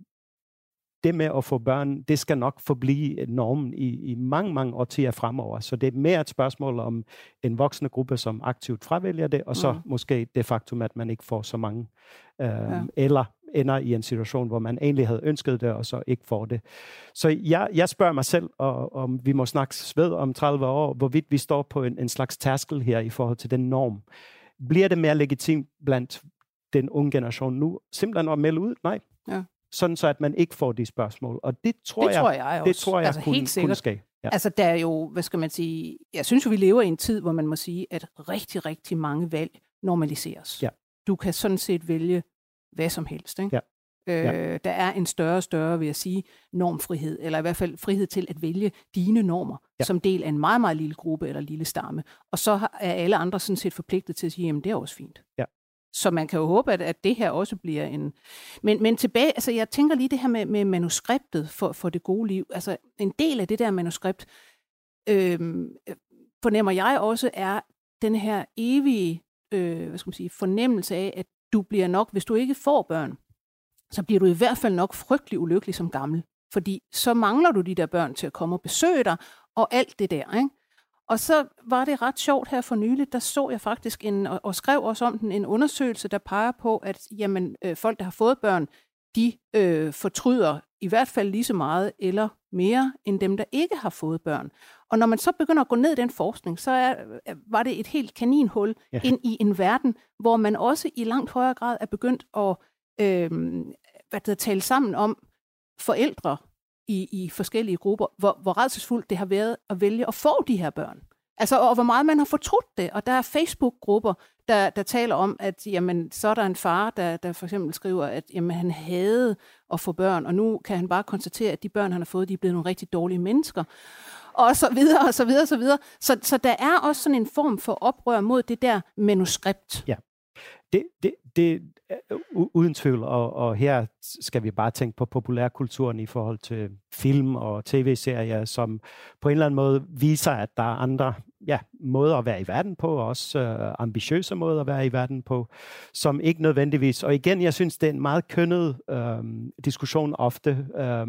det med at få børn, det skal nok forblive normen i, i mange, mange årtier fremover. Så det er mere et spørgsmål om en voksende gruppe, som aktivt fravælger det, og så mm. måske det faktum, at man ikke får så mange, øh, ja. eller ender i en situation, hvor man egentlig havde ønsket det, og så ikke får det. Så jeg, jeg spørger mig selv, og, om vi må snakke ved om tredive år, hvorvidt vi står på en, en slags tærskel her i forhold til den norm. Bliver det mere legitimt blandt den unge generation nu? Simpelthen at melde ud? Nej. Ja. Sådan så, at man ikke får de spørgsmål. Og det tror det jeg, tror jeg også. Det tror jeg altså, kunne, helt kunne ske. Ja. Altså, der er jo, hvad skal man sige, jeg synes jo, vi lever i en tid, hvor man må sige, at rigtig, rigtig mange valg normaliseres. Ja. Du kan sådan set vælge hvad som helst, ikke? Ja. Øh, ja. Der er en større og større, vil jeg sige, normfrihed, eller i hvert fald frihed til at vælge dine normer, ja. Som del af en meget, meget lille gruppe eller lille stamme. Og så er alle andre sådan set forpligtet til at sige, jamen det er også fint. Ja. Så man kan jo håbe, at, at det her også bliver en... Men, men tilbage, altså jeg tænker lige det her med, med manuskriptet for, for det gode liv. Altså en del af det der manuskript, øh, fornemmer jeg også, er den her evige øh, hvad skal man sige, fornemmelse af, at du bliver nok, hvis du ikke får børn, så bliver du i hvert fald nok frygtelig ulykkelig som gammel. Fordi så mangler du de der børn til at komme og besøge dig, og alt det der, ikke? Og så var det ret sjovt her for nylig, der så jeg faktisk en, og skrev også om den, en undersøgelse, der peger på, at jamen, øh, folk, der har fået børn, de øh, fortryder i hvert fald lige så meget eller mere, end dem, der ikke har fået børn. Og når man så begynder at gå ned i den forskning, så er, var det et helt kaninhul ja. Ind i en verden, hvor man også i langt højere grad er begyndt at øh, hvad det, tale sammen om forældre, I, i forskellige grupper, hvor, hvor rædselsfuldt det har været at vælge at få de her børn. Altså, og hvor meget man har fortrudt det. Og der er Facebook-grupper, der, der taler om, at jamen, så er der en far, der, der for eksempel skriver, at jamen, han havde at få børn, og nu kan han bare konstatere, at de børn, han har fået, de er blevet nogle rigtig dårlige mennesker. Og så videre, og så videre, og så videre. Så, så der er også sådan en form for oprør mod det der manuskript. Ja. Det, det, det uden tvivl, og, og her skal vi bare tænke på populærkulturen i forhold til film og tv-serier, som på en eller anden måde viser, at der er andre ja, måder at være i verden på, og også øh, ambitiøse måder at være i verden på, som ikke nødvendigvis, og igen, jeg synes, det er en meget kønnet øh, diskussion ofte, øh,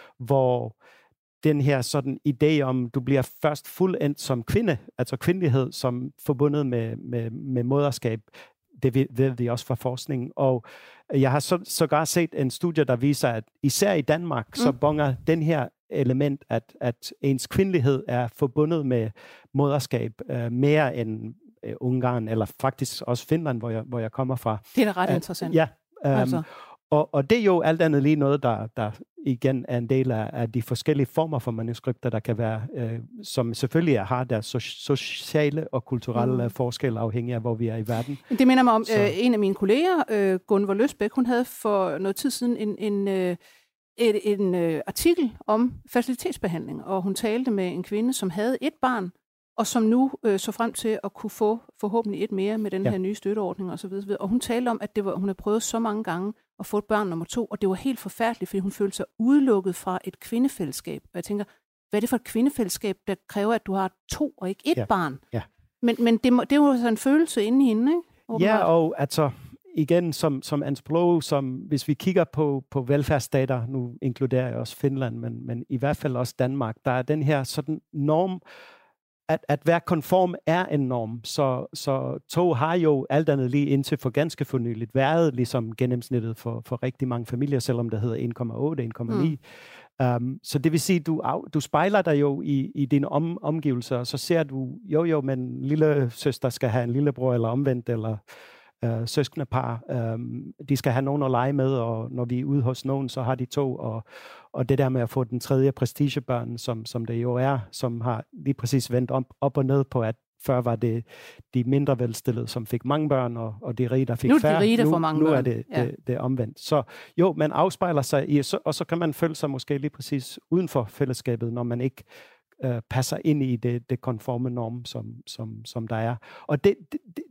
hvor den her sådan idé om, du bliver først fuldendt som kvinde, altså kvindelighed som forbundet med, med, med moderskab, det ved, ved vi også fra forskningen. Og jeg har så, sågar set en studie, der viser, at især i Danmark, mm. så bonger den her element, at, at ens kvindelighed er forbundet med moderskab uh, mere end uh, Ungarn, eller faktisk også Finland, hvor jeg, hvor jeg kommer fra. Det er da ret uh, interessant. Ja. Um, altså. og, og det er jo alt andet lige noget, der, der igen er en del af, af de forskellige former for manuskripter, der kan være, øh, som selvfølgelig har deres so- sociale og kulturelle mm. forskelle afhængig af, hvor vi er i verden. Det minder mig om øh, en af mine kolleger, øh, Gunvor Løsbæk, hun havde for noget tid siden en, en, øh, en, en øh, artikel om fertilitetsbehandling, og hun talte med en kvinde, som havde et barn, og som nu øh, så frem til at kunne få forhåbentlig et mere med den ja. her nye støtteordning og så videre. Og hun talte om, at det var, hun havde prøvet så mange gange at få et barn nummer to, og det var helt forfærdeligt, fordi hun følte sig udelukket fra et kvindefællesskab. Og jeg tænker, hvad er det for et kvindefællesskab, der kræver, at du har to og ikke et ja. barn? Ja. Men, men det, må, det var sådan en følelse inde i hende, ikke? Åbenbart. Ja, og altså igen, som, som antropolog, som, hvis vi kigger på, på velfærdsstater, nu inkluderer jeg også Finland, men, men i hvert fald også Danmark, der er den her sådan norm, At, at være konform er en norm, så, så to har jo alt andet lige indtil for ganske fornyligt været ligesom gennemsnittet for, for rigtig mange familier, selvom det hedder en komma otte, en komma ni. Mm. Um, så det vil sige, du du spejler dig jo i, i dine om, omgivelser, og så ser du, jo jo, men lille søster skal have en lillebror, eller omvendt, eller øh, søskendepar. Um, de skal have nogen at lege med, og når vi er ude hos nogen, så har de to, og Og det der med at få den tredje prestigebørn, som, som det jo er, som har lige præcis vendt op, op og ned på, at før var det de mindre velstillede, som fik mange børn, og, og de rige, der fik færre. Nu er de rige, der får mange nu, børn. Nu er det, ja. det, det omvendt. Så jo, man afspejler sig i, så, og så kan man føle sig måske lige præcis uden for fællesskabet, når man ikke øh, passer ind i det, det konforme norm, som, som, som der er. Og det, det,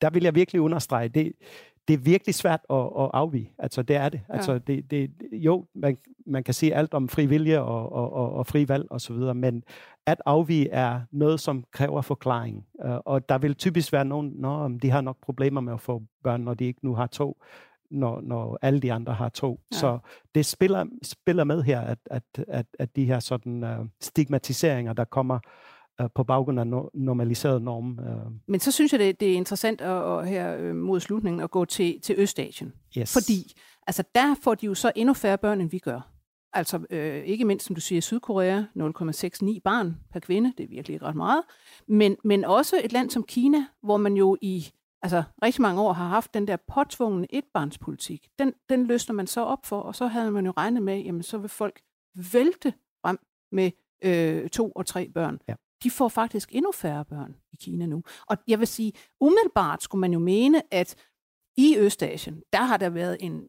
der vil jeg virkelig understrege, det, det er virkelig svært at, at afvige. Altså, det er det. Altså, Ja. det, det jo, man, man kan sige alt om fri vilje og, og, og, og fri valg og så videre, men at afvige er noget, som kræver forklaring. Uh, og der vil typisk være nogen, når de har nok problemer med at få børn, når de ikke nu har to, når, når alle de andre har to. Ja. Så det spiller, spiller med her, at, at, at, at de her sådan uh, stigmatiseringer, der kommer uh, på baggrund af no- normaliseret norm. Uh. Men så synes jeg, det, det er interessant at, at her øh, mod slutningen at gå til, til Østasien. Yes. Fordi altså, der får de jo så endnu færre børn, end vi gør. Altså øh, ikke mindst, som du siger, Sydkorea, nul komma seks ni barn per kvinde, det er virkelig ikke ret meget. Men, men også et land som Kina, hvor man jo i altså, rigtig mange år har haft den der påtvungne etbarnspolitik. Den, den løsner man så op for, og så havde man jo regnet med, jamen så vil folk vælte frem med øh, to og tre børn. Ja. De får faktisk endnu færre børn i Kina nu. Og jeg vil sige, umiddelbart skulle man jo mene, at i Østasien, der har der været en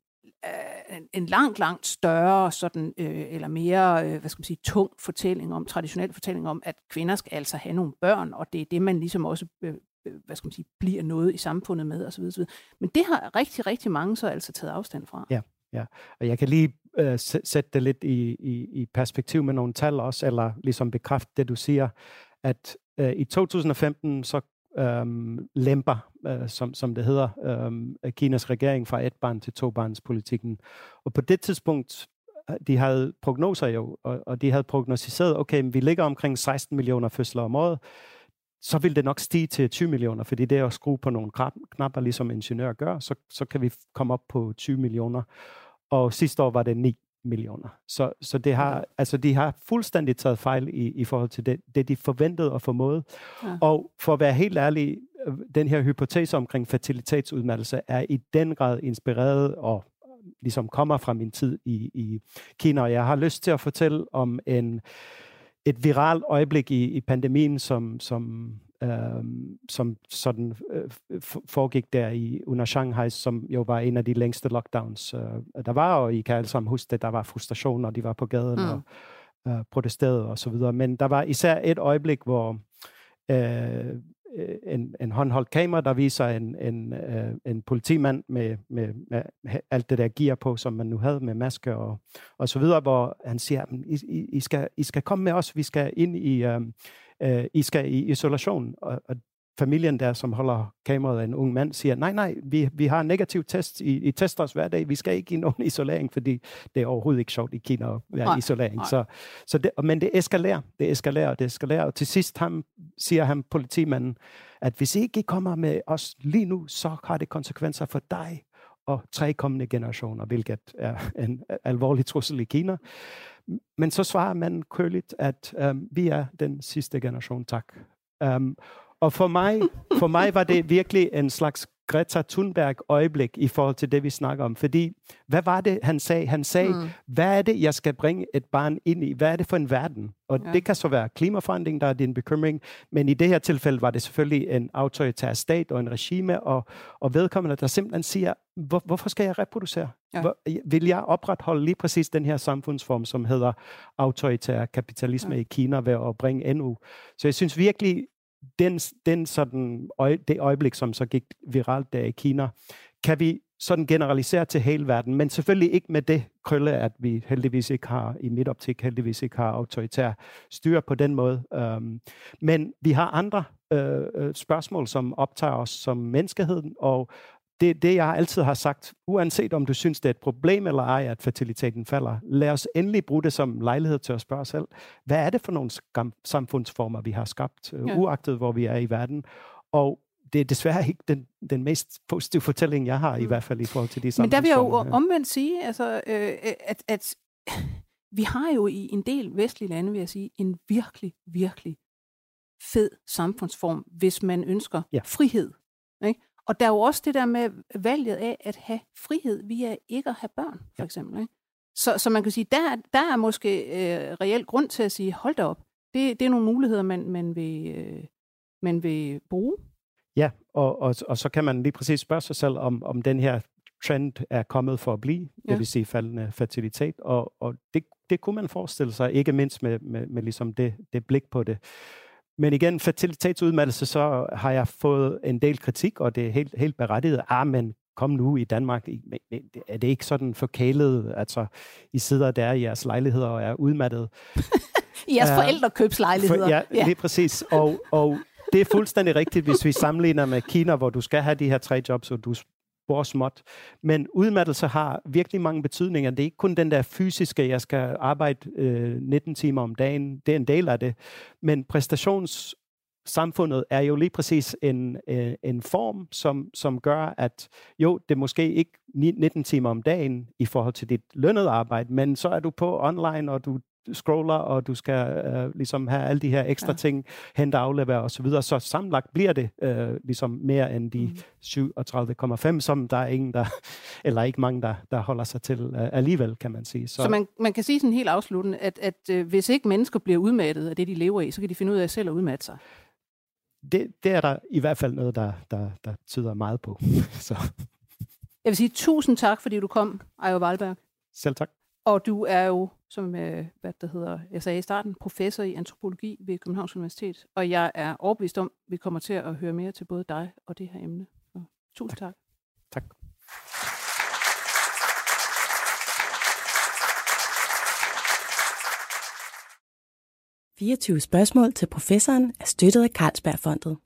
En, en langt, langt større sådan, øh, eller mere, øh, hvad skal man sige, tung fortælling om, traditionel fortælling om, at kvinder skal altså have nogle børn, og det er det, man ligesom også, øh, hvad skal man sige, bliver noget i samfundet med, osv. osv. Men det har rigtig, rigtig mange så altså taget afstand fra. Ja, ja. Og jeg kan lige øh, sætte det lidt i, i, i perspektiv med nogle tal også, eller ligesom bekræfte det, du siger, at øh, i to tusind og femten, så Øhm, lemper, øh, som, som det hedder, øhm, Kinas regering fra etbarn til tobarnspolitikken. Og på det tidspunkt, de havde prognoser jo, og, og de havde prognostiseret, okay, vi ligger omkring seksten millioner fødsler om året, så vil det nok stige til tyve millioner, fordi det er at skrue på nogle knapper, ligesom ingeniører gør, så, så kan vi komme op på tyve millioner. Og sidste år var det ni millioner. Så, så det har, okay. altså, de har fuldstændig taget fejl i, i forhold til det, det, de forventede og formåede. Ja. Og for at være helt ærlig, den her hypotese omkring fertilitetsudmattelse er i den grad inspireret og ligesom kommer fra min tid i, i Kina. Og jeg har lyst til at fortælle om en, et viralt øjeblik i, i pandemien, som, som, øhm, som sådan øh, foregik der i, under Shanghai, som jo var en af de længste lockdowns, øh, der var, og I kan alle sammen huske det, der var frustration, og de var på gaden mm. og øh, protesterede og så videre. Men der var især et øjeblik, hvor øh, en, en håndholdt kamera, der viser en, en, øh, en politimand med, med, med alt det der gear på, som man nu havde med maske og, og så videre, hvor han siger, I, I, I, skal, I skal komme med os, vi skal ind i, øh, øh, I skal i isolation. Og, og familien der, som holder kameraet af en ung mand, siger, nej, nej, vi, vi har en negativ test, I, I tester os hver dag, vi skal ikke i nogen isolering, fordi det er overhovedet ikke sjovt i Kina at være nej, isolering. Nej. Så, så det, men det eskalerer, det eskalerer, det eskalerer, og til sidst ham, siger han, politimanden, at hvis I ikke kommer med os lige nu, så har det konsekvenser for dig og tre kommende generationer, hvilket er en alvorlig trussel i Kina. Men så svarer man køligt, at um, vi er den sidste generation, tak. Um, Og for mig, for mig var det virkelig en slags Greta Thunberg-øjeblik i forhold til det, vi snakker om. Fordi, hvad var det, han sagde? Han sagde, mm. hvad er det, jeg skal bringe et barn ind i? Hvad er det for en verden? Og ja. Det kan så være klimaforandring, der er din bekymring, men i det her tilfælde var det selvfølgelig en autoritær stat og en regime, og, og vedkommende, der simpelthen siger, hvor, hvorfor skal jeg reproducere? Ja. Hvor, vil jeg opretholde lige præcis den her samfundsform, som hedder autoritær kapitalisme ja. i Kina, ved at bringe endnu? Så jeg synes virkelig, Den, den sådan, øje, det øjeblik, som så gik viralt der i Kina, kan vi sådan generalisere til hele verden, men selvfølgelig ikke med det krølle, at vi heldigvis ikke har, i mit optik heldigvis ikke har autoritær styre på den måde. Um, men vi har andre uh, spørgsmål, som optager os som menneskeheden, og det, det, jeg altid har sagt, uanset om du synes, det er et problem eller ej, at fertiliteten falder, lad os endelig bruge det som lejlighed til at spørge os selv, hvad er det for nogle skam- samfundsformer, vi har skabt, ja. uagtet hvor vi er i verden? Og det er desværre ikke den, den mest positive fortælling, jeg har, mm. i hvert fald i forhold til de samfundsformer. Men der vil jeg jo omvendt sige, altså, øh, at, at vi har jo i en del vestlige lande, vil jeg sige, en virkelig, virkelig fed samfundsform, hvis man ønsker ja. frihed, ikke? Og der er jo også det der med valget af at have frihed via ikke at have børn, for eksempel. Ikke? Så, så man kan sige, der, der er måske øh, reelt grund til at sige, hold da op, det, det er nogle muligheder, man, man, vil, øh, man vil bruge. Ja, og, og, og så kan man lige præcis spørge sig selv, om, om den her trend er kommet for at blive, ja. det vil sige faldende fertilitet, og, og det, det kunne man forestille sig, ikke mindst med, med, med ligesom det, det blik på det. Men igen, fertilitetsudmattelse, så har jeg fået en del kritik, og det er helt, helt berettiget. Ah, men kom nu i Danmark. Er det ikke sådan forkælet? Altså, I sidder der i jeres lejligheder og er udmattet. I jeres uh, forældrekøbslejligheder. For, ja, ja, lige præcis. Og, og det er fuldstændig rigtigt, hvis vi sammenligner med Kina, hvor du skal have de her tre jobs, og du bor småt. Men udmattelse har virkelig mange betydninger. Det er ikke kun den der fysiske, jeg skal arbejde øh, nitten timer om dagen. Det er en del af det. Men præstationssamfundet er jo lige præcis en, øh, en form, som, som gør, at jo, det er måske ikke nitten timer om dagen i forhold til dit lønnede arbejde, men så er du på online, og du scroller, og du skal øh, ligesom have alle de her ekstra ja. ting, hente, aflevere og så videre. Så sammenlagt bliver det øh, ligesom mere end de mm. syvogtredive komma fem, som der er ingen, der, eller ikke mange, der, der holder sig til øh, alligevel, kan man sige. Så, så man, man kan sige sådan helt afsluttende, at, at øh, hvis ikke mennesker bliver udmattet af det, de lever i, så kan de finde ud af selv at udmatte sig. Det, det er der i hvert fald noget, der, der, der tyder meget på. Så. Jeg vil sige tusind tak, fordi du kom, Ayo Wahlberg. Selv tak. Og du er jo, som øh, hvad det hedder, jeg sagde i starten, professor i antropologi ved Københavns Universitet. Og jeg er overbevist om, at vi kommer til at høre mere til både dig og det her emne. Så, tusind tak. Tak. fireogtyve spørgsmål til professoren er støttet af Carlsbergfondet.